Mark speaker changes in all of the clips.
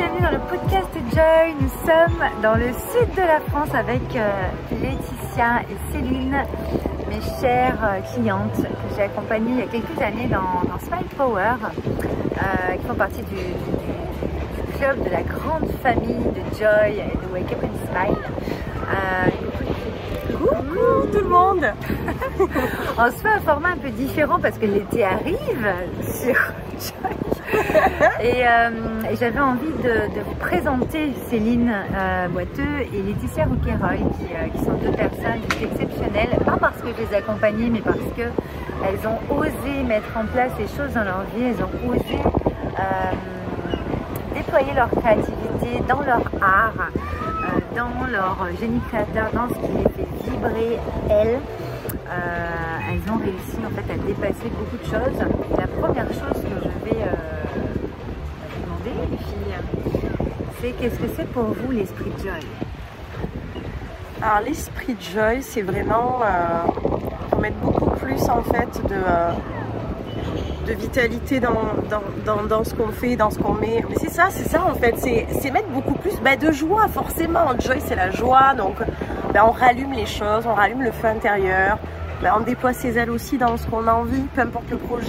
Speaker 1: bienvenue dans le podcast Joy. Nous sommes dans le sud de la France avec Laetitia et Céline, mes chères clientes que j'ai accompagnées il y a quelques années dans Smile Power, qui font partie du club de la grande famille de Joy et de Wake Up and Smile. Coucou tout le monde. On se fait un format un peu différent parce que l'été arrive sur Joy. Et j'avais envie de vous présenter Céline Boiteux et Laetitia Rouquayrol qui sont deux personnes exceptionnelles, pas parce que je les ai accompagnées mais parce qu'elles ont osé mettre en place les choses dans leur vie, elles ont osé déployer leur créativité dans leur art, dans leur génie créateur, dans ce qui les fait vibrer elles. Elles ont réussi en fait à dépasser beaucoup de choses. Et la première chose que je vais vous demander, les filles, c'est qu'est-ce que c'est pour vous l'esprit de Joy?
Speaker 2: Alors l'esprit de Joy, c'est vraiment pour mettre beaucoup plus en fait de vitalité dans ce qu'on fait, dans ce qu'on met. Mais c'est ça en fait, c'est mettre beaucoup plus de joie forcément. Joy c'est la joie, donc on rallume les choses, on rallume le feu intérieur, on déploie ses ailes aussi dans ce qu'on a envie, peu importe le projet,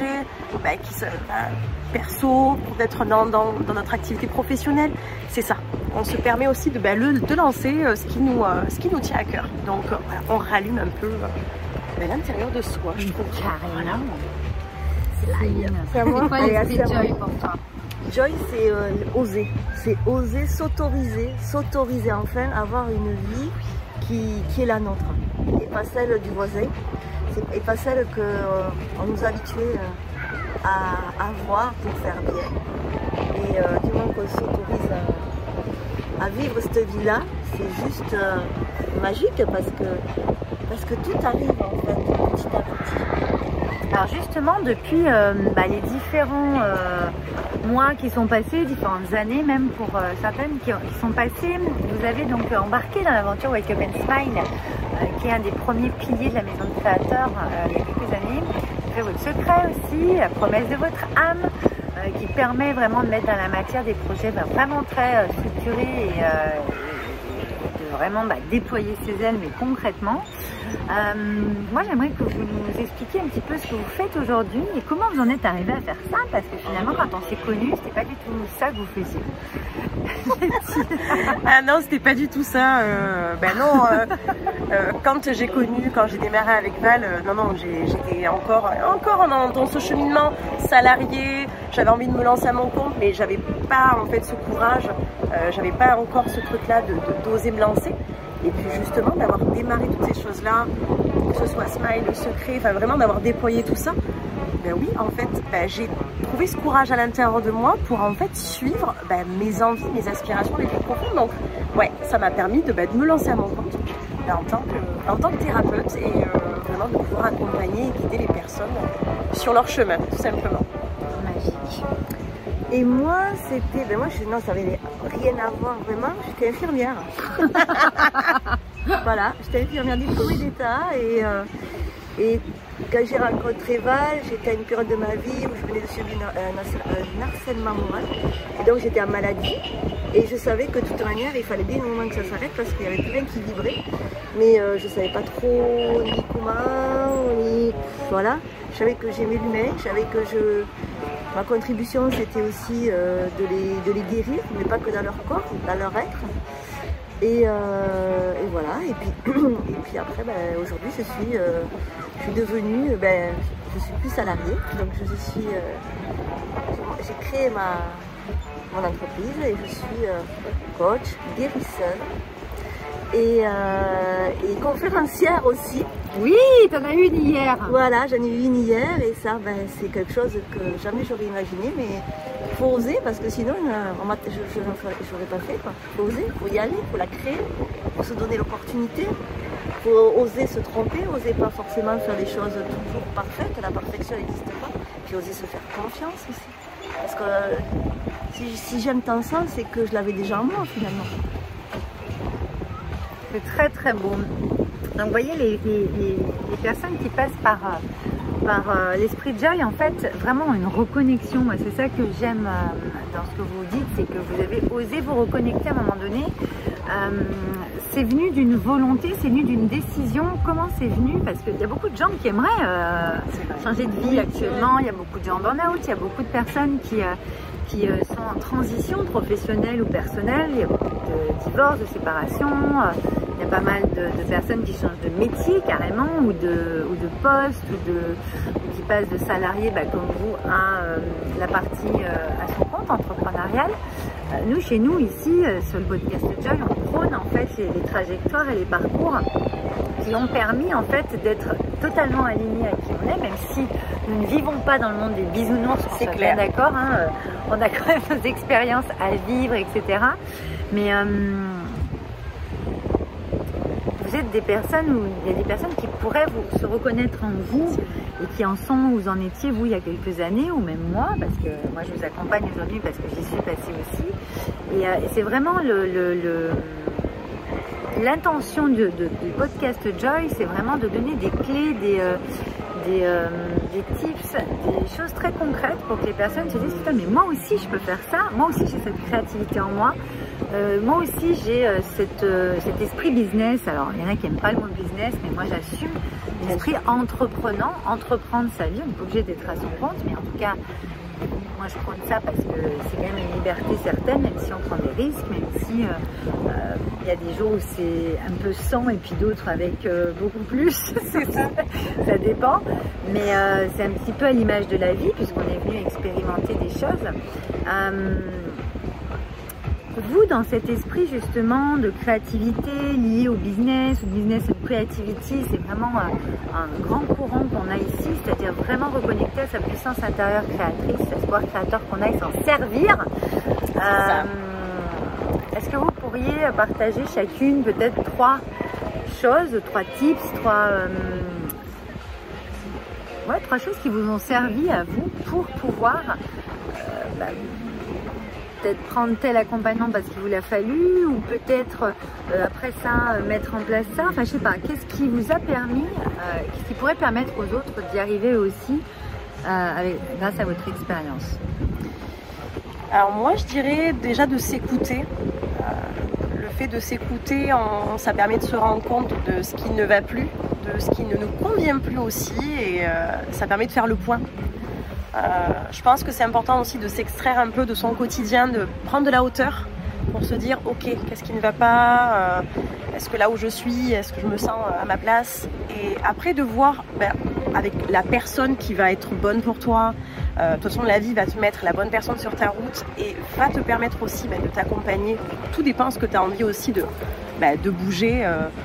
Speaker 2: perso, d'être dans notre activité professionnelle, c'est ça. On se permet aussi de lancer ce qui nous tient à cœur. Donc voilà, on rallume un peu l'intérieur de soi, je trouve.
Speaker 1: Carrément.
Speaker 2: C'est
Speaker 1: quoi l'esprit de Joy pour toi?
Speaker 3: Joy, c'est oser s'autoriser enfin à avoir une vie qui est la nôtre et pas celle du voisin et pas celle qu'on nous a habitués à avoir pour faire bien. Et du moment qu'on s'autorise à vivre cette vie-là, c'est juste magique parce que tout arrive en fait petit à petit.
Speaker 1: Alors justement, depuis les différents mois qui sont passés, différentes années même pour certaines qui sont passées, vous avez donc embarqué dans l'aventure Wake Up and Smile, qui est un des premiers piliers de la maison de créateurs il y a quelques années. Vous avez votre secret aussi, la promesse de votre âme, qui permet vraiment de mettre dans la matière des projets vraiment très structurés et de vraiment déployer ses ailes, mais concrètement. Moi j'aimerais que vous nous expliquiez un petit peu ce que vous faites aujourd'hui et comment vous en êtes arrivé à faire ça, parce que finalement quand on s'est connus, c'était pas du tout ça que vous faisiez.
Speaker 2: Ah non, c'était pas du tout ça. Quand j'ai démarré avec Val, j'étais encore dans ce cheminement salarié. J'avais envie de me lancer à mon compte, mais j'avais pas en fait ce courage, j'avais pas encore ce truc-là d'oser me lancer. Et puis justement d'avoir démarré toutes ces choses-là, que ce soit Smile, le secret, vraiment d'avoir déployé tout ça, oui, en fait, j'ai trouvé ce courage à l'intérieur de moi pour en fait suivre mes envies, mes aspirations les plus profondes. Donc ouais, ça m'a permis de me lancer à mon compte en tant que thérapeute et vraiment de pouvoir accompagner et guider les personnes sur leur chemin, tout simplement.
Speaker 1: Magique.
Speaker 3: Et moi, ça avait rien à voir vraiment, j'étais infirmière. Voilà, j'étais infirmière diplômée d'État et quand j'ai rencontré Val, j'étais à une période de ma vie où je venais de subir un harcèlement moral. Et donc j'étais en maladie et je savais que de toute manière, il fallait bien au moment que ça s'arrête parce qu'il y avait plus rien qui vibrait. Mais je ne savais pas trop ni comment, ni... Voilà. Je savais que j'aimais l'humain, je savais que ma contribution c'était aussi de les guérir, mais pas que dans leur corps, dans leur être. Et voilà, et puis après aujourd'hui je suis devenue, je suis plus salariée, donc j'ai créé mon entreprise et je suis coach, guérisseur et conférencière aussi.
Speaker 1: Oui, t'en as une hier.
Speaker 3: Voilà, j'en ai eu une hier et ça, c'est quelque chose que jamais j'aurais imaginé, mais il faut oser parce que sinon, je n'aurais pas fait. Il faut oser, il faut y aller, il faut la créer, il faut se donner l'opportunité, il faut oser se tromper, oser pas forcément faire des choses toujours parfaites, la perfection n'existe pas, puis oser se faire confiance aussi. Parce que si j'aime tant ça, c'est que je l'avais déjà en moi finalement.
Speaker 1: C'est très très beau. Donc vous voyez les personnes qui passent par par l'esprit Joy, en fait, vraiment une reconnexion. C'est ça que j'aime dans ce que vous dites, c'est que vous avez osé vous reconnecter à un moment donné. C'est venu d'une volonté, c'est venu d'une décision. Comment c'est venu? Parce qu'il y a beaucoup de gens qui aimeraient changer de vie actuellement. Il y a beaucoup de gens en burn-out, il y a beaucoup de personnes qui sont en transition professionnelle ou personnelle. Il y a beaucoup de divorces, de séparations. Il y a pas mal de personnes qui changent de métier carrément, ou de poste, ou qui passent de salarié comme vous à la partie à son compte entrepreneurial. Nous, chez nous, ici, sur le podcast Joy, on prône en fait les trajectoires et les parcours qui ont permis en fait d'être totalement alignés à qui on est, même si nous ne vivons pas dans le monde des bisounours, c'est clair, d'accord, hein, on a quand même nos expériences à vivre, etc. Mais vous êtes des personnes où il y a des personnes qui pourraient se reconnaître en vous et qui en sont où vous en étiez vous il y a quelques années, ou même moi, parce que moi je vous accompagne aujourd'hui parce que j'y suis passée aussi. Et c'est vraiment l'intention du podcast Joy, c'est vraiment de donner des clés, des tips, des choses très concrètes pour que les personnes se disent putain, mais moi aussi je peux faire ça, moi aussi j'ai cette créativité en moi, moi aussi j'ai cet esprit business. Alors il y en a qui n'aiment pas le mot business, mais moi j'assume l'esprit entreprenant, entreprendre sa vie. On n'est pas obligé d'être à son compte, mais en tout cas moi je prône ça parce que c'est quand même une liberté certaine, même si on prend des risques, même si il y a des jours où c'est un peu sans et puis d'autres avec beaucoup plus, ça dépend, mais c'est un petit peu à l'image de la vie puisqu'on est venu expérimenter des choses. Vous, dans cet esprit justement de créativité lié au business, ou business and creativity, c'est vraiment un grand courant qu'on a ici, c'est-à-dire vraiment reconnecter à sa puissance intérieure créatrice, à ce pouvoir créateur qu'on a et s'en servir. Est-ce que vous pourriez partager chacune peut-être 3 choses, 3 tips, 3 choses qui vous ont servi à vous pour pouvoir peut-être prendre tel accompagnement parce qu'il vous l'a fallu, ou peut-être après ça mettre en place ça, enfin je sais pas, qu'est-ce qui vous a permis, qu'est-ce qui pourrait permettre aux autres d'y arriver aussi grâce à votre expérience?
Speaker 2: Alors moi je dirais déjà de s'écouter. Le fait de s'écouter, ça permet de se rendre compte de ce qui ne va plus, de ce qui ne nous convient plus aussi, et ça permet de faire le point. Je pense que c'est important aussi de s'extraire un peu de son quotidien, de prendre de la hauteur pour se dire ok, qu'est-ce qui ne va pas, est-ce que là où je suis, est-ce que je me sens à ma place, et après de voir avec la personne qui va être bonne pour toi. De toute façon la vie va te mettre la bonne personne sur ta route et va te permettre aussi de t'accompagner. Tout dépend de ce que tu as envie aussi de bouger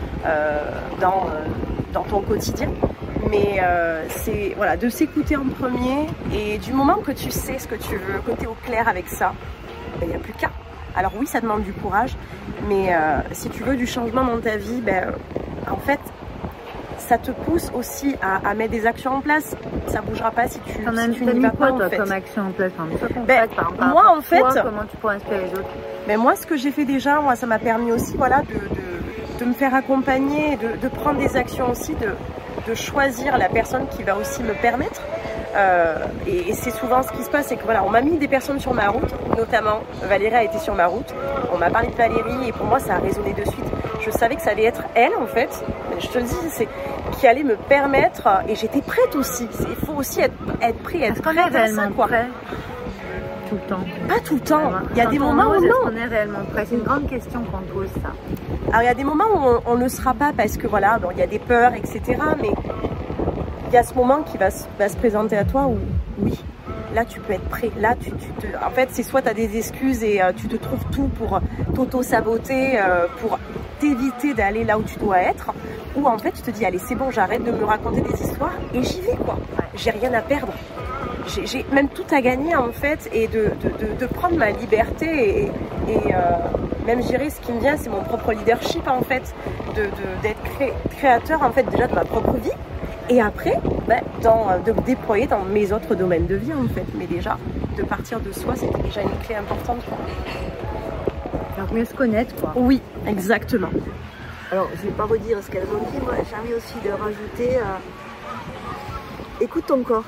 Speaker 2: dans ton quotidien. Mais c'est voilà, de s'écouter en premier, et du moment que tu sais ce que tu veux, que tu es au clair avec ça, il n'y a plus qu'à. Alors oui, ça demande du courage, mais si tu veux du changement dans ta vie, en fait, ça te pousse aussi à mettre des actions en place. Ça ne bougera pas si tu n'y vas pas,
Speaker 1: toi,
Speaker 2: en fait.
Speaker 1: Comme action en place,
Speaker 2: moi, en fait,
Speaker 1: comment tu pourrais inspirer les autres?
Speaker 2: Moi, ce que j'ai fait déjà, moi, ça m'a permis aussi, voilà, de me faire accompagner, de prendre des actions aussi, de choisir la personne qui va aussi me permettre. Et c'est souvent ce qui se passe, c'est que voilà, on m'a mis des personnes sur ma route, notamment Valérie a été sur ma route. On m'a parlé de Valérie et pour moi ça a résonné de suite. Je savais que ça allait être elle en fait, je te le dis, c'est qui allait me permettre, et j'étais prête aussi. Il faut aussi être prêt, être prêt à ça, quoi.
Speaker 1: Prêt tout le temps?
Speaker 2: Pas tout le temps. Il y a des moments où non.
Speaker 1: On est réellement prêt. C'est une grande question qu'on pose, ça.
Speaker 2: Alors il y a des moments où on ne sera pas parce que voilà, bon, il y a des peurs, etc. Mais il y a ce moment qui va se présenter à toi où oui, là tu peux être prêt. Là en fait c'est soit tu as des excuses et tu te trouves tout pour t'auto-saboter, pour t'éviter d'aller là où tu dois être, ou en fait tu te dis allez c'est bon, j'arrête de me raconter des histoires et j'y vais quoi. J'ai rien à perdre. J'ai même tout à gagner en fait, et de prendre ma liberté et même gérer ce qui me vient, c'est mon propre leadership en fait, d'être créateur en fait déjà de ma propre vie, et après de déployer dans mes autres domaines de vie en fait. Mais déjà de partir de soi, c'était déjà une clé importante quoi.
Speaker 1: Donc mieux se connaître quoi.
Speaker 2: Oui, exactement.
Speaker 3: Alors je ne vais pas redire ce qu'elles ont dit, moi j'ai envie aussi de rajouter écoute ton corps.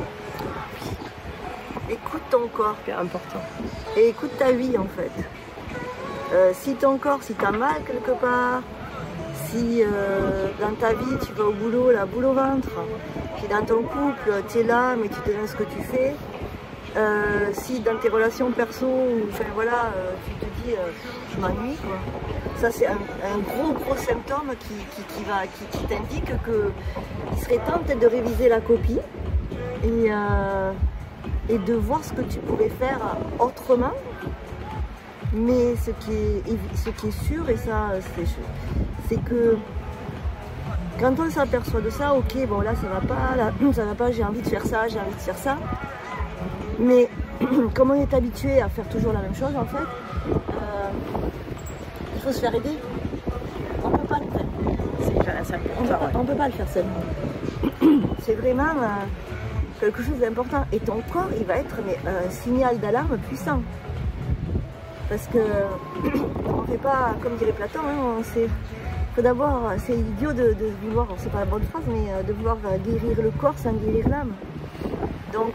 Speaker 3: Écoute ton corps.
Speaker 2: C'est important.
Speaker 3: Et écoute ta vie en fait. Si ton corps, si tu as mal quelque part, si dans ta vie tu vas au boulot, la boule au ventre, puis dans ton couple tu es là mais tu te demandes ce que tu fais, si dans tes relations perso, enfin voilà, tu te dis je m'ennuie quoi. Ça c'est un gros symptôme qui t'indique qu'il serait temps peut-être de réviser la copie et de voir ce que tu pourrais faire autrement. Mais ce qui est sûr, et ça c'est que quand on s'aperçoit de ça, ok, bon là ça va pas, j'ai envie de faire ça, mais comme on est habitué à faire toujours la même chose en fait, il faut se faire aider. On peut pas le faire. On peut pas le faire seulement. C'est vraiment quelque chose d'important. Et ton corps, il va être un signal d'alarme puissant. Parce que on fait pas, comme dirait Platon, hein, faut d'abord, c'est idiot de vouloir, c'est pas la bonne phrase, mais de vouloir guérir le corps sans guérir l'âme. Donc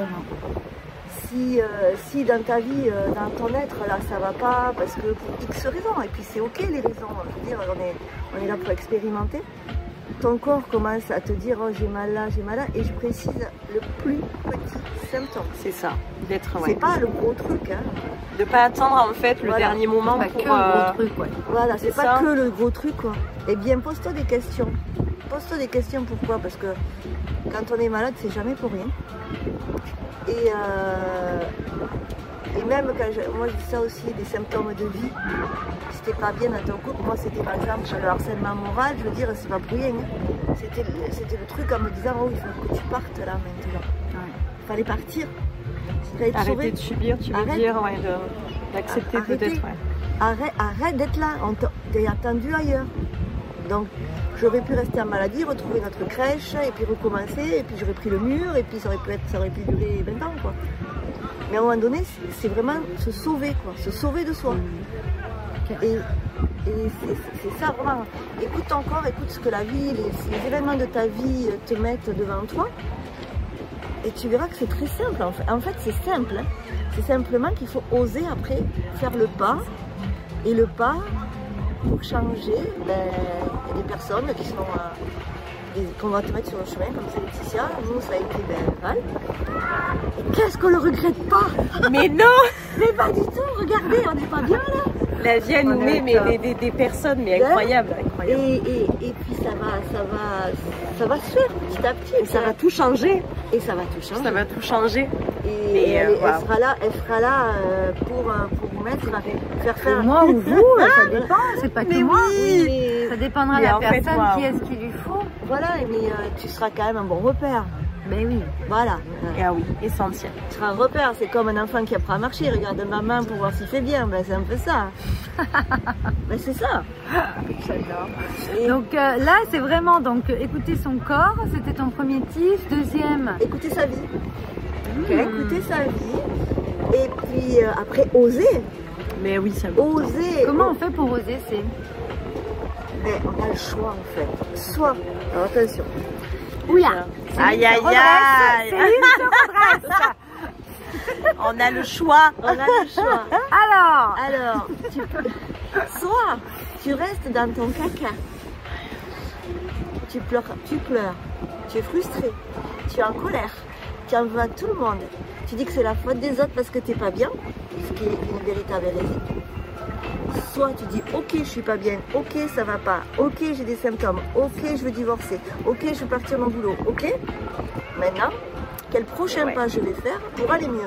Speaker 3: si dans ta vie, dans ton être, là ça va pas, parce que pour X raisons, et puis c'est ok les raisons, je veux dire, on est là pour expérimenter. Ton corps commence à te dire oh j'ai mal là, et je précise le plus petit symptôme.
Speaker 2: C'est ça, d'être.
Speaker 3: C'est pas le gros truc, hein.
Speaker 2: De pas attendre en fait le dernier moment
Speaker 1: pour.
Speaker 2: Que
Speaker 1: le gros truc, ouais.
Speaker 3: Voilà, c'est pas que le gros truc quoi. Eh bien pose-toi des questions. Pose-toi des questions, pourquoi? Parce que quand on est malade, c'est jamais pour rien. Et même quand moi je dis ça aussi, des symptômes de vie, si t'es pas bien dans ton couple, moi c'était par exemple le harcèlement moral, je veux dire c'est pas pour rien, hein. C'était le truc en me disant oh il faut que tu partes là maintenant. Il fallait partir.
Speaker 2: Arrêter de subir, tu veux dire, ouais, d'accepter peut-être. Ouais.
Speaker 3: Arrête d'être là, t'es attendu ailleurs. Donc j'aurais pu rester en maladie, retrouver notre crèche, et puis recommencer, et puis j'aurais pris le mur, et puis ça aurait pu durer 20 ans quoi. Mais à un moment donné, c'est vraiment se sauver quoi, se sauver de soi. Et c'est ça vraiment. Écoute ton corps, écoute ce que la vie, les événements de ta vie te mettent devant toi. Et tu verras que c'est très simple. En fait c'est simple. Hein. C'est simplement qu'il faut oser après faire le pas. Et le pas pour changer, il y a des personnes qui sont qu'on va te mettre sur le chemin, comme c'est Laetitia. Nous ça a été Val. Et qu'est-ce qu'on le regrette pas?
Speaker 2: Mais non.
Speaker 3: Mais pas du tout, regardez, on n'est pas bien là.
Speaker 2: La vie elle nous met des personnes mais incroyables.
Speaker 3: Et puis ça va se faire petit à petit.
Speaker 2: Et ça va tout changer.
Speaker 3: Et ça va tout changer.
Speaker 2: Ça va tout changer.
Speaker 3: Et elle sera là pour vous mettre, faire
Speaker 1: moi ou vous, ça dépend, c'est pas que moi.
Speaker 3: Oui.
Speaker 1: Ça dépendra de la personne, qui est-ce qu'il lui faut.
Speaker 3: Voilà, mais tu seras quand même un bon repère.
Speaker 1: Ben oui.
Speaker 3: Voilà.
Speaker 2: Et ah oui, essentiel.
Speaker 3: Tu seras un repère, c'est comme un enfant qui apprend à marcher, regarde maman pour voir s'il fait bien, ben c'est un peu ça. Ben c'est ça.
Speaker 1: J'adore. Donc là c'est vraiment écouter son corps, c'était ton premier tip. Deuxième,
Speaker 3: écouter sa vie. Écouter sa vie. Et puis après oser.
Speaker 2: Mais oui, ça
Speaker 3: oser.
Speaker 1: Comment on fait pour oser?
Speaker 3: Mais on a le choix en fait. Soit, alors attention.
Speaker 1: Oula.
Speaker 2: Aïe aïe aïe.
Speaker 1: Céline se redresse.
Speaker 2: On a le choix.
Speaker 3: On a le choix. Alors, soit tu restes dans ton caca. Tu pleures, tu es frustré, tu es en colère, tu en veux à tout le monde. Tu dis que c'est la faute des autres parce que tu n'es pas bien, ce qui est une véritable hérésie. Soit tu dis ok je suis pas bien, ok ça va pas, ok j'ai des symptômes, ok je veux divorcer, ok je veux partir de mon boulot, ok. Maintenant, quel prochain pas je vais faire pour aller mieux?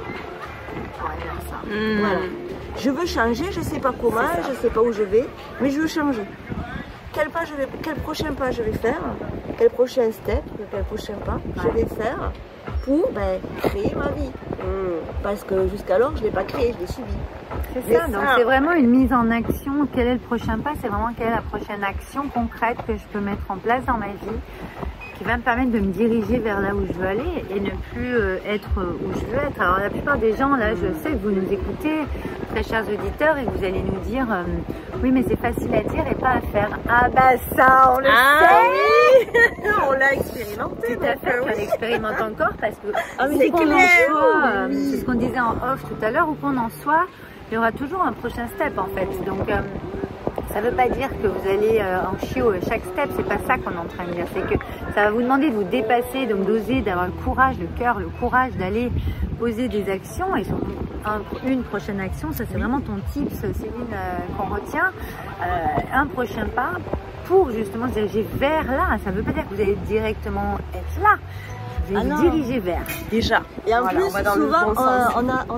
Speaker 3: Voilà. Je veux changer, je sais pas comment, je sais pas où je vais, mais je veux changer. Quel prochain pas je vais faire? Quel prochain step, quel prochain pas je vais faire pour créer ma vie? Parce que jusqu'alors je l'ai pas créé, je l'ai subi.
Speaker 1: C'est ça, donc c'est vraiment une mise en action. Quel est le prochain pas? C'est vraiment quelle est la prochaine action concrète que je peux mettre en place dans ma vie qui va me permettre de me diriger vers là où je veux aller et ne plus être où je veux être. Alors la plupart des gens, là, je sais que vous nous écoutez, très chers auditeurs, et que vous allez nous dire oui mais c'est facile à dire et pas à faire. Ah bah ça, on le sait.
Speaker 2: Oui. On l'a expérimenté. expérimenté.
Speaker 1: Tout à fait, on expérimente encore parce que
Speaker 2: c'est
Speaker 1: qu'on en
Speaker 2: clair.
Speaker 1: soit, c'est ce qu'on disait en off tout à l'heure, où qu'on en soit, il y aura toujours un prochain step en fait. Donc ça ne veut pas dire que vous allez en chiot chaque step, c'est pas ça qu'on est en train de dire. C'est que ça va vous demander de vous dépasser, donc d'oser, d'avoir le courage, le cœur, le courage d'aller poser des actions et surtout une prochaine action. Ça c'est vraiment ton tips, Céline, qu'on retient. Un prochain pas pour justement se diriger vers là. Ça ne veut pas dire que vous allez directement être là. Vous allez vous diriger vers.
Speaker 2: Déjà.
Speaker 3: Et en plus,
Speaker 2: on va dans
Speaker 3: souvent,
Speaker 2: le bon sens.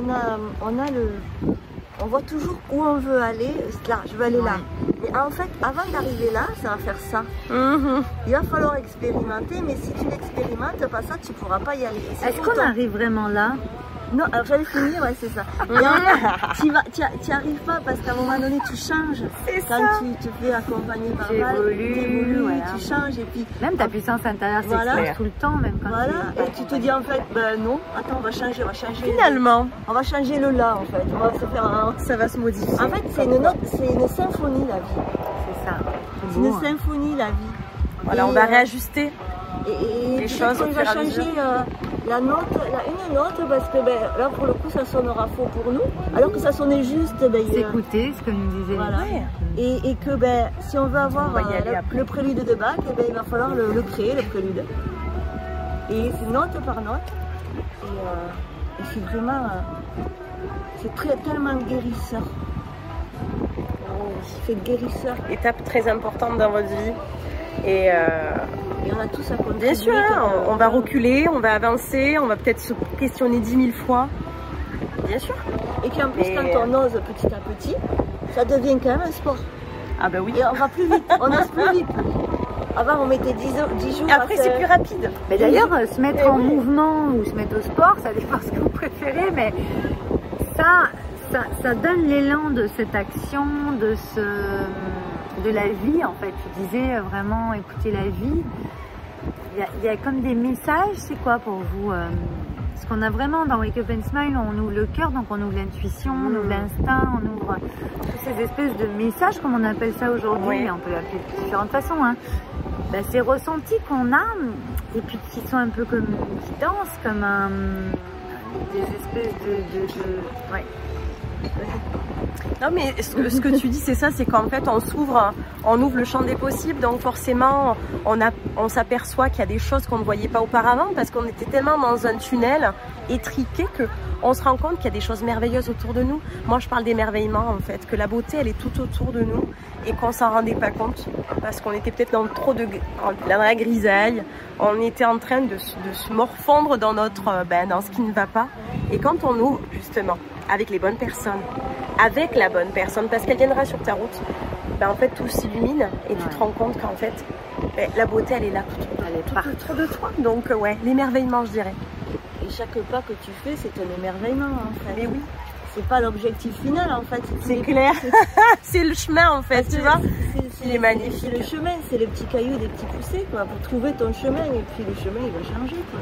Speaker 3: on voit toujours où on veut aller. Là, je veux aller là. Mais en fait, avant d'arriver là, ça va faire ça. Il va falloir expérimenter, mais si tu n'expérimentes pas ça, tu ne pourras pas y aller.
Speaker 1: Est-ce qu'on arrive vraiment là?
Speaker 3: Non, alors j'allais finir, ouais, c'est ça. Et en fait, tu n'y arrives pas parce qu'à un moment donné, tu changes. Quand tu te fais accompagner par Val, tu évolues,
Speaker 1: voilà.
Speaker 3: tu changes et puis...
Speaker 1: Même ta puissance intérieure s'exprime tout le temps, même quand
Speaker 3: et tu te dis en fait, ben non, attends, on va changer.
Speaker 2: Finalement,
Speaker 3: on va changer le là en fait. On va se faire un...
Speaker 2: ça va se modifier.
Speaker 3: En fait, c'est une symphonie la vie.
Speaker 1: C'est ça.
Speaker 3: C'est une symphonie la vie.
Speaker 2: Voilà, on va réajuster.
Speaker 3: Et
Speaker 2: les choses,
Speaker 3: il va changer une note parce que là pour le coup ça sonnera faux pour nous, alors que ça sonnait juste.
Speaker 1: S'écouter ce que nous disait.
Speaker 3: Voilà. Et que si on veut avoir le prélude de Bach, il va falloir le créer, le prélude. Et c'est note par note. Et c'est vraiment, c'est tellement guérisseur. C'est guérisseur.
Speaker 2: Étape très importante dans votre vie. Et
Speaker 3: on a tous à contribuer.
Speaker 2: Bien sûr, on va reculer, on va avancer, on va peut-être se questionner 10 000 fois. Bien sûr.
Speaker 3: Et qu'en plus, quand on ose petit à petit, ça devient quand même un sport.
Speaker 2: Ah ben oui.
Speaker 3: Et on va plus vite, on ose plus vite. Avant, on mettait 10 jours.
Speaker 2: Et après, c'est plus rapide.
Speaker 1: Mais d'ailleurs, se mettre en mouvement ou se mettre au sport, ça dépend ce que vous préférez, mais ça donne l'élan de cette action, de la vie en fait. Tu disais vraiment écouter la vie. Il y a comme des messages, c'est quoi pour vous? Parce qu'on a vraiment dans Wake Up and Smile, on ouvre le cœur, donc on ouvre l'intuition, on ouvre l'instinct, on ouvre toutes ces espèces de messages, comme on appelle ça aujourd'hui, mais on peut l'appeler de différentes façons. Ces ressentis qu'on a, et puis qui sont un peu comme, qui dansent comme des espèces de ouais.
Speaker 2: Non mais ce que tu dis c'est ça, c'est qu'en fait on ouvre le champ des possibles, donc forcément on s'aperçoit qu'il y a des choses qu'on ne voyait pas auparavant parce qu'on était tellement dans un tunnel étriqué qu'on se rend compte qu'il y a des choses merveilleuses autour de nous. Moi je parle d'émerveillement en fait, que la beauté elle est tout autour de nous et qu'on s'en rendait pas compte parce qu'on était peut-être dans la grisaille, on était en train de se morfondre dans dans ce qui ne va pas, et quand on ouvre justement avec les bonnes personnes, avec la bonne personne, parce qu'elle viendra sur ta route, en fait tout s'illumine et tu te rends compte qu'en fait la beauté elle est là tout autour de toi. Donc l'émerveillement je dirais.
Speaker 3: Et chaque pas que tu fais c'est un émerveillement en fait.
Speaker 2: Mais oui.
Speaker 3: C'est pas l'objectif final en fait.
Speaker 2: C'est clair. C'est le chemin en fait, tu vois. C'est magnifique.
Speaker 3: C'est le chemin, c'est les petits cailloux, des petits poussés quoi, pour trouver ton chemin, et puis le chemin il va changer quoi.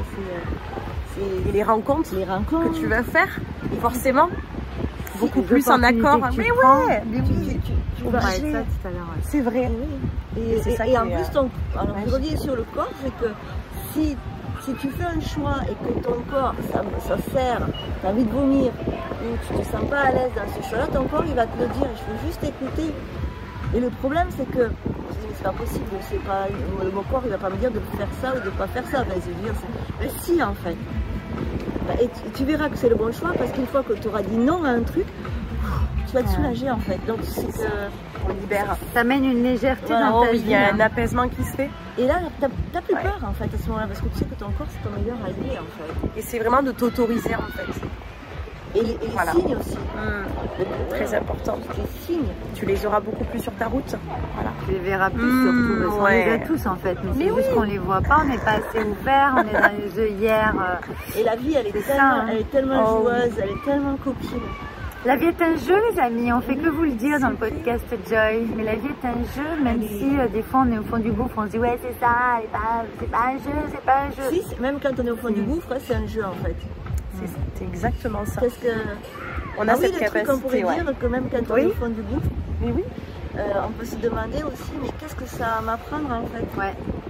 Speaker 2: Et les rencontres que tu vas faire, forcément, beaucoup plus en accord. Mais ouais,
Speaker 1: tu vas parler de ça tout à l'heure.
Speaker 2: C'est vrai.
Speaker 3: Et en plus, alors je reviens sur le corps, c'est que si tu fais un choix et que ton corps, ça sert, tu as envie de vomir, ou tu te sens pas à l'aise dans ce choix-là, ton corps il va te le dire, il faut juste écouter. Et le problème c'est que c'est pas possible, mon corps il va pas me dire de faire ça ou de pas faire ça. Mais si en fait. Et tu verras que c'est le bon choix parce qu'une fois que tu auras dit non à un truc, tu vas te soulager en fait. Donc c'est que
Speaker 2: on libère.
Speaker 1: Ça mène une légèreté dans ta vie.
Speaker 2: Il y a un apaisement qui se fait.
Speaker 3: Et là, t'as plus peur en fait à ce moment-là parce que tu sais que ton corps c'est ton meilleur allié en fait.
Speaker 2: Et c'est vraiment de t'autoriser en fait.
Speaker 3: Et les signes aussi.
Speaker 2: Très important.
Speaker 3: Les signes.
Speaker 2: Tu les auras beaucoup plus sur ta route. Voilà.
Speaker 1: Tu les verras plus surtout. Parce qu'on les a tous en fait. Mais c'est juste qu'on les voit pas, on n'est pas assez ouvert, on est dans les œillères.
Speaker 3: Et la vie, elle est tellement joueuse, elle est tellement copine.
Speaker 1: La vie est un jeu, les amis, on fait que vous le dire dans le podcast Joy. Mais la vie est un jeu, même si des fois on est au fond du gouffre, on se dit ouais c'est ça, c'est pas un jeu, c'est pas un jeu.
Speaker 3: Si, même quand on est au fond du gouffre, c'est un jeu en fait.
Speaker 2: C'est exactement ça.
Speaker 3: Parce que
Speaker 2: on a cette capacité.
Speaker 3: On pourrait dire que même quand on est au fond du gouffre,
Speaker 2: mais oui.
Speaker 3: On peut se demander aussi, mais qu'est-ce que ça va m'apprendre en fait?
Speaker 1: Ouais.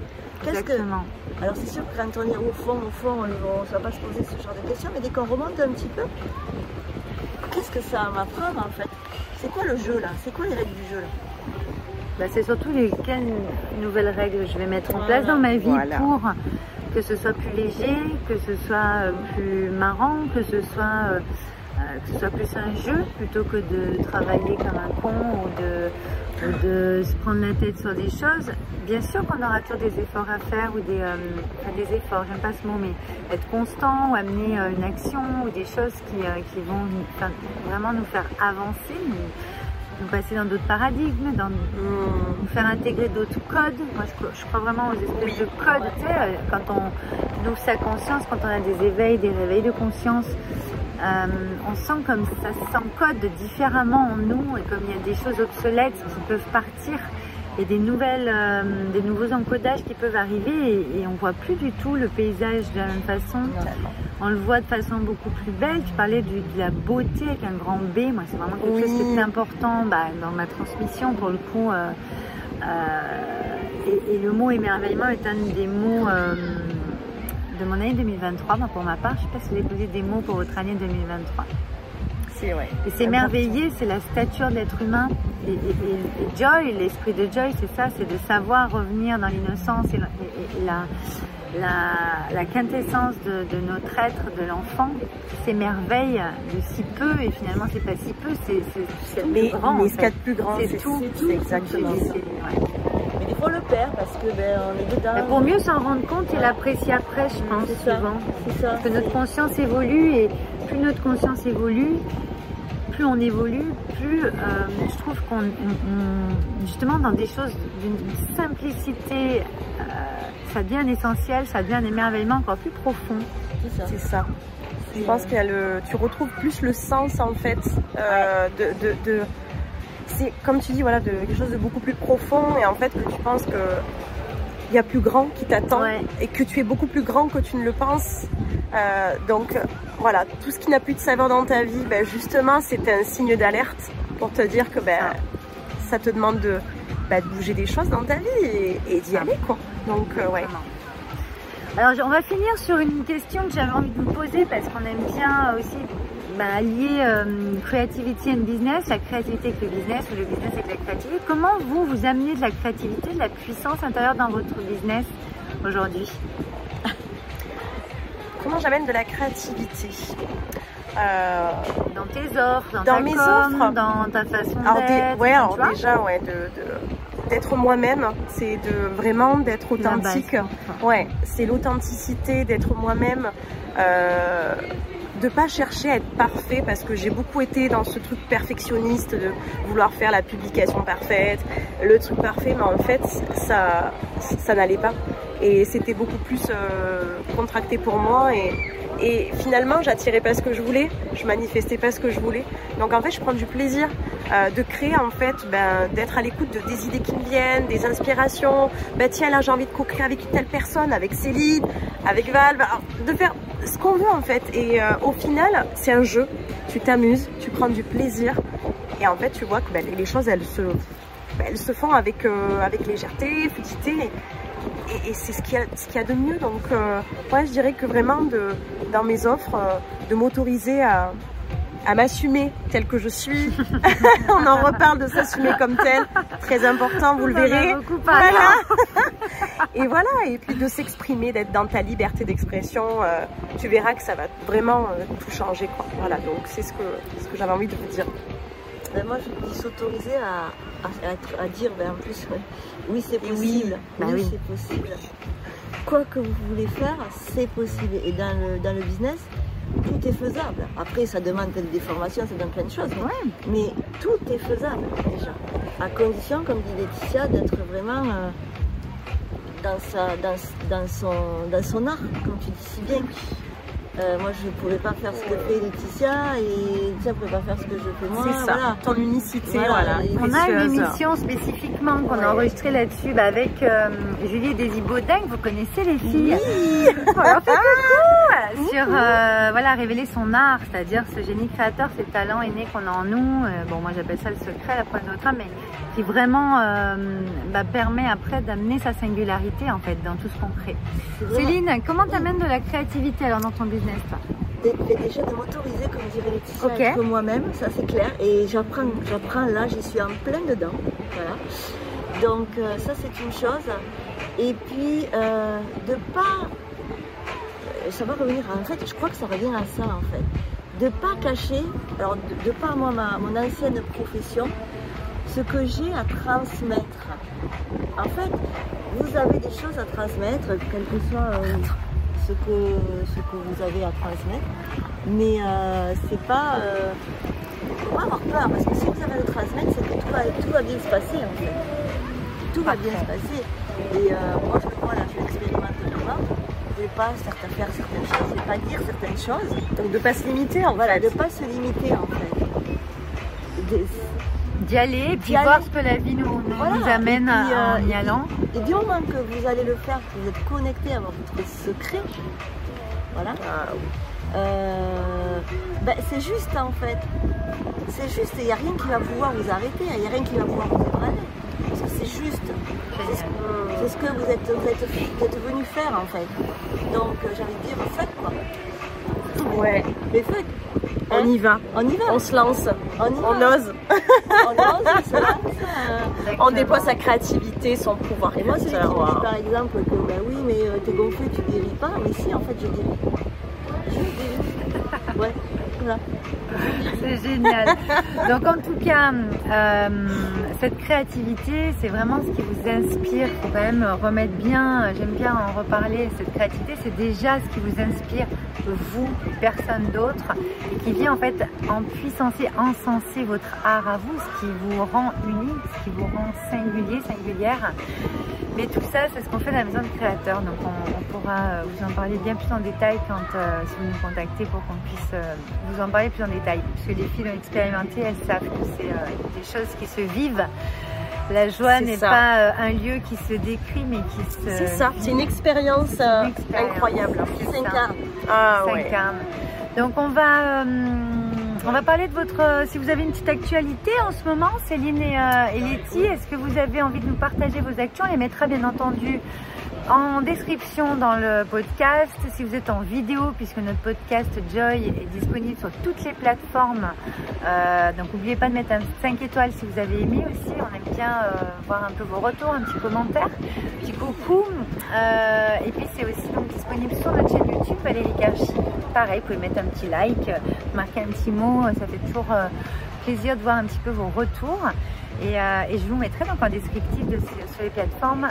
Speaker 1: Exactement.
Speaker 3: Alors c'est sûr que quand on est au fond, on ne va pas se poser ce genre de questions, mais dès qu'on remonte un petit peu, qu'est-ce que ça m'apprend en fait? C'est quoi le jeu là? C'est quoi les règles du jeu là?
Speaker 1: Bah, c'est surtout quelles nouvelles règles je vais mettre en place dans ma vie pour que ce soit plus léger, que ce soit plus marrant, que ce soit plus un jeu plutôt que de travailler comme un con ou de se prendre la tête sur des choses. Bien sûr qu'on aura toujours des efforts à faire ou des efforts, j'aime pas ce mot, mais être constant ou amener une action ou des choses qui vont vraiment nous faire avancer, nous passer dans d'autres paradigmes, nous faire intégrer d'autres codes. Moi, je crois vraiment aux espèces de codes. Tu sais, quand on ouvre sa conscience, quand on a des réveils de conscience, on sent comme ça s'encode différemment en nous et comme il y a des choses obsolètes qui peuvent partir et des nouveaux encodages qui peuvent arriver et on voit plus du tout le paysage de la même façon. On le voit de façon beaucoup plus belle. Tu parlais de la beauté avec un grand B. Moi, c'est vraiment quelque chose qui est important dans ma transmission pour le coup. Et le mot émerveillement est un des mots de mon année 2023. Pour ma part, je ne sais pas si vous avez posé des mots pour votre année 2023. Et s'émerveiller, c'est la stature de l'être humain. Et Joy, l'esprit de Joy, c'est ça, c'est de savoir revenir dans l'innocence et la quintessence de notre être, de l'enfant, qui s'émerveille de si peu, et finalement c'est pas si peu, c'est plus grand.
Speaker 2: Mais ce qu'il y a de plus grand, c'est tout.
Speaker 3: C'est exactement ça. Mais des fois on le perd parce que on est dedans.
Speaker 1: Pour mieux s'en rendre compte et l'apprécier après, je pense, souvent. Parce que notre conscience évolue, et plus notre conscience évolue, plus on évolue, plus je trouve qu'on justement dans des choses d'une simplicité, ça devient un essentiel, ça devient un émerveillement encore plus profond.
Speaker 2: C'est ça. Je pense qu'il y a tu retrouves plus le sens en fait c'est comme tu dis, voilà, de quelque chose de beaucoup plus profond, et en fait que tu penses que il y a plus grand qui t'attend, et que tu es beaucoup plus grand que tu ne le penses. Donc voilà, tout ce qui n'a plus de saveur dans ta vie, justement c'est un signe d'alerte pour te dire que ça te demande de bouger des choses dans ta vie et d'y aller quoi. Donc
Speaker 1: Alors on va finir sur une question que j'avais envie de vous poser, parce qu'on aime bien aussi allier creativity and business, la créativité avec le business ou le business avec la créativité. Comment vous amenez de la créativité, de la puissance intérieure dans votre business aujourd'hui?
Speaker 2: Comment j'amène de la créativité
Speaker 1: dans tes offres,
Speaker 2: dans mes offres,
Speaker 1: dans ta façon d'être.
Speaker 2: Déjà, d'être moi-même, c'est vraiment d'être authentique. C'est l'authenticité, d'être moi-même. De pas chercher à être parfait, parce que j'ai beaucoup été dans ce truc perfectionniste de vouloir faire la publication parfaite, le truc parfait, mais en fait ça n'allait pas, et c'était beaucoup plus contracté pour moi, et finalement j'attirais pas ce que je voulais, je manifestais pas ce que je voulais. Donc en fait je prends du plaisir de créer, en fait d'être à l'écoute des idées qui me viennent, des inspirations. Tiens, là j'ai envie de co-créer avec une telle personne, avec Céline, avec Val, de faire ce qu'on veut en fait, et au final c'est un jeu, tu t'amuses, tu prends du plaisir, et en fait tu vois que les choses elles se font avec légèreté, fluidité, et c'est ce qu'il y a de mieux. Donc je dirais que vraiment dans mes offres, de m'autoriser à m'assumer telle que je suis. On en reparle de s'assumer comme tel, très important, vous le verrez. Et voilà, et puis de s'exprimer, d'être dans ta liberté d'expression, tu verras que ça va vraiment tout changer quoi. Voilà, donc c'est ce que j'avais envie de vous dire.
Speaker 3: Moi je dis s'autoriser à dire en plus oui c'est possible, oui c'est possible. Quoi que vous voulez faire, c'est possible, et dans le business tout est faisable. Après ça demande peut-être des formations, ça demande plein de choses, mais tout est faisable déjà, à condition, comme dit Laetitia, d'être vraiment dans son art, comme tu dis si bien. Moi je ne pourrais pas faire ce que fait Laetitia, et Laetitia ne pourrait pas faire ce que je fais moi. C'est ça,
Speaker 2: ton unicité.
Speaker 1: On a une émission spécifiquement qu'on a enregistrée là-dessus avec Julie et Daisy Baudin, vous connaissez les filles.
Speaker 2: Oui.
Speaker 1: On leur fait coucou. sur voilà, révéler son art, c'est-à-dire ce génie créateur, ces talents innés qu'on a en nous. Bon, moi j'appelle ça le secret, la preuve de notre âme, mais qui vraiment permet après d'amener sa singularité en fait dans tout ce qu'on crée. Céline, comment tu amènes de la créativité alors dans ton business toi?
Speaker 3: Déjà de m'autoriser, comme dirait Laetitia, être moi-même, ça c'est clair. Et j'apprends là, j'y suis en plein dedans. Voilà. Donc ça c'est une chose. Et puis de pas, ça va revenir. En fait, je crois que ça revient à ça en fait. De pas cacher, alors de pas moi mon ancienne profession, ce que j'ai à transmettre. En fait, vous avez des choses à transmettre, quel que soit ce que vous avez à transmettre, mais c'est pas, faut pas avoir peur, parce que si vous avez à le transmettre, c'est que tout va bien se passer en fait. Tout va bien se passer. Et moi je l'expérimente vraiment. Je ne vais pas faire certaines choses, je ne vais pas dire certaines choses.
Speaker 2: Donc de ne pas se limiter en fait.
Speaker 3: Voilà, de ne pas se limiter en fait.
Speaker 1: D'y aller, puis voir ce que la vie nous amène en y allant.
Speaker 3: Et du moment que vous allez le faire, que vous êtes connecté à votre secret, voilà, c'est juste en fait. C'est juste, il n'y a rien qui va pouvoir vous arrêter, il n'y a rien qui va pouvoir vous ébranler. Parce que c'est juste, c'est ce que vous êtes venu faire en fait. Donc j'ai envie de dire, faites quoi.
Speaker 2: Ouais.
Speaker 3: Mais faites.
Speaker 2: On y va.
Speaker 3: On y va.
Speaker 2: On se lance.
Speaker 3: On
Speaker 2: ose.
Speaker 3: On se lance.
Speaker 2: On dépose sa créativité, son pouvoir.
Speaker 3: Et moi, celui qui me dit par exemple que bah oui, mais t'es gonflé, tu guéris pas. Mais si, en fait, je guéris. Je guéris. Ouais, voilà.
Speaker 1: C'est génial. Donc en tout cas, cette créativité, c'est vraiment ce qui vous inspire. Il faut quand même remettre bien, j'aime bien en reparler, cette créativité, c'est déjà ce qui vous inspire, vous, personne d'autre, et qui vient en fait en puissancer, encenser votre art à vous, ce qui vous rend unique, ce qui vous rend singulier, singulière. Mais tout ça, c'est ce qu'on fait dans la maison de créateurs. Donc on pourra vous en parler bien plus en détail quand si vous nous contactez pour qu'on puisse vous en parler plus en détail. Parce que les filles l'ont expérimenté, elles savent que c'est des choses qui se vivent. La joie n'est pas un lieu qui se décrit, mais qui se...
Speaker 2: C'est ça, c'est une expérience incroyable.
Speaker 3: Qui s'incarne.
Speaker 2: Ah ouais.
Speaker 1: Donc on va parler de votre... Si vous avez une petite actualité en ce moment, Céline et Letty, est-ce que vous avez envie de nous partager vos actions? On les mettra bien entendu en description dans le podcast. Si vous êtes en vidéo, puisque notre podcast Joy est disponible sur toutes les plateformes, donc n'oubliez pas de mettre un 5 étoiles si vous avez aimé aussi. On aime bien voir un peu vos retours, un petit commentaire, un petit coucou. Et puis c'est aussi donc disponible sur notre chaîne YouTube Valérie Karchi. Pareil, vous pouvez mettre un petit like, marquer un petit mot, ça fait toujours plaisir de voir un petit peu vos retours. Et je vous mettrai donc en descriptif sur les plateformes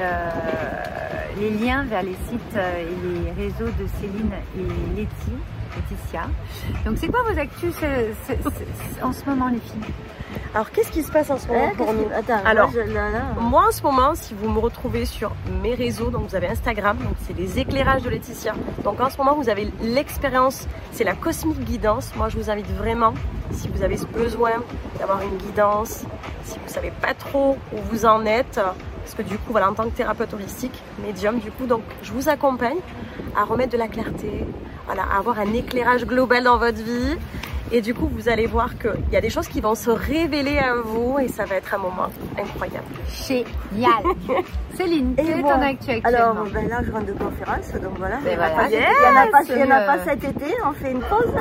Speaker 1: les liens vers les sites et les réseaux de Céline et Laetitia. Donc c'est quoi vos actus en ce moment les filles?
Speaker 2: Alors qu'est-ce qui se passe en ce moment pour nous? Alors moi en ce moment, si vous me retrouvez sur mes réseaux, donc vous avez Instagram, donc c'est les éclairages de Laetitia. Donc en ce moment vous avez l'expérience, c'est la cosmique guidance. Moi je vous invite vraiment, si vous avez ce besoin d'avoir une guidance, si vous savez pas trop où vous en êtes, parce que du coup voilà, en tant que thérapeute holistique, médium du coup, donc je vous accompagne à remettre de la clarté, voilà, à avoir un éclairage global dans votre vie. Et du coup, vous allez voir qu'il y a des choses qui vont se révéler à vous et ça va être un moment incroyable.
Speaker 1: Génial. Céline, quelle est ton actu actuellement?
Speaker 3: Alors là, je rentre de conférence, donc voilà.
Speaker 1: Il
Speaker 3: n'y en a pas cet été, on fait une pause.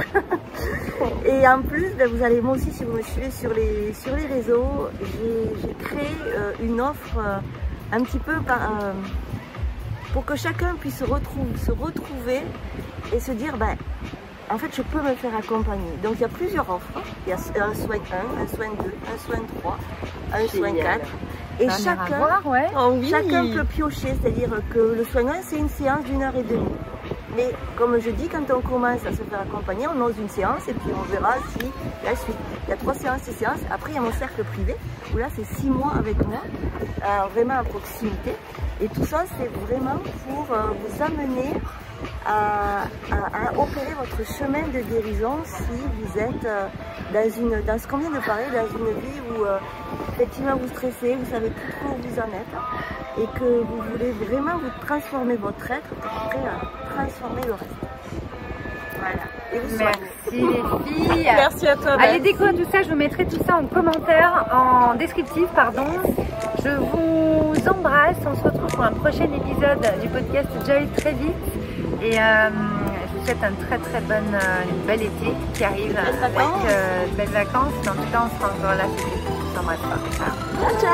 Speaker 3: Et en plus, vous allez, moi aussi, si vous me suivez sur les réseaux, j'ai créé une offre un petit peu pour que chacun puisse se retrouver et se dire, en fait, je peux me faire accompagner. Donc, il y a plusieurs offres. Il y a un soin 1, un soin 2, un soin 3, un soin 4. Et chacun peut piocher. C'est-à-dire que le soin 1, c'est une séance d'1h30. Mais comme je dis, quand on commence à se faire accompagner, on ose une séance et puis on verra si la suite. Il y a 3 séances, 6 séances. Après, il y a mon cercle privé, où là, c'est 6 mois avec moi, vraiment à proximité. Et tout ça, c'est vraiment pour vous amener à opérer votre chemin de guérison si vous êtes dans ce qu'on vient de parler, dans une vie où effectivement vous stressez, vous savez plus trop où vous en êtes et que vous voulez vraiment vous transformer votre être pour être prêt à transformer le reste.
Speaker 2: Voilà.
Speaker 3: Et vous soigne.
Speaker 1: Merci les filles.
Speaker 2: Merci à toi.
Speaker 1: Allez découvrir tout ça, je vous mettrai tout ça en commentaire, en descriptif, pardon. Je vous embrasse, on se retrouve pour un prochain épisode du podcast Joy très vite. Et je vous souhaite une belle été qui arrive avec de belles vacances. Mais en tout cas, on sera encore là. On s'embrasse pas.
Speaker 3: Ciao, ciao.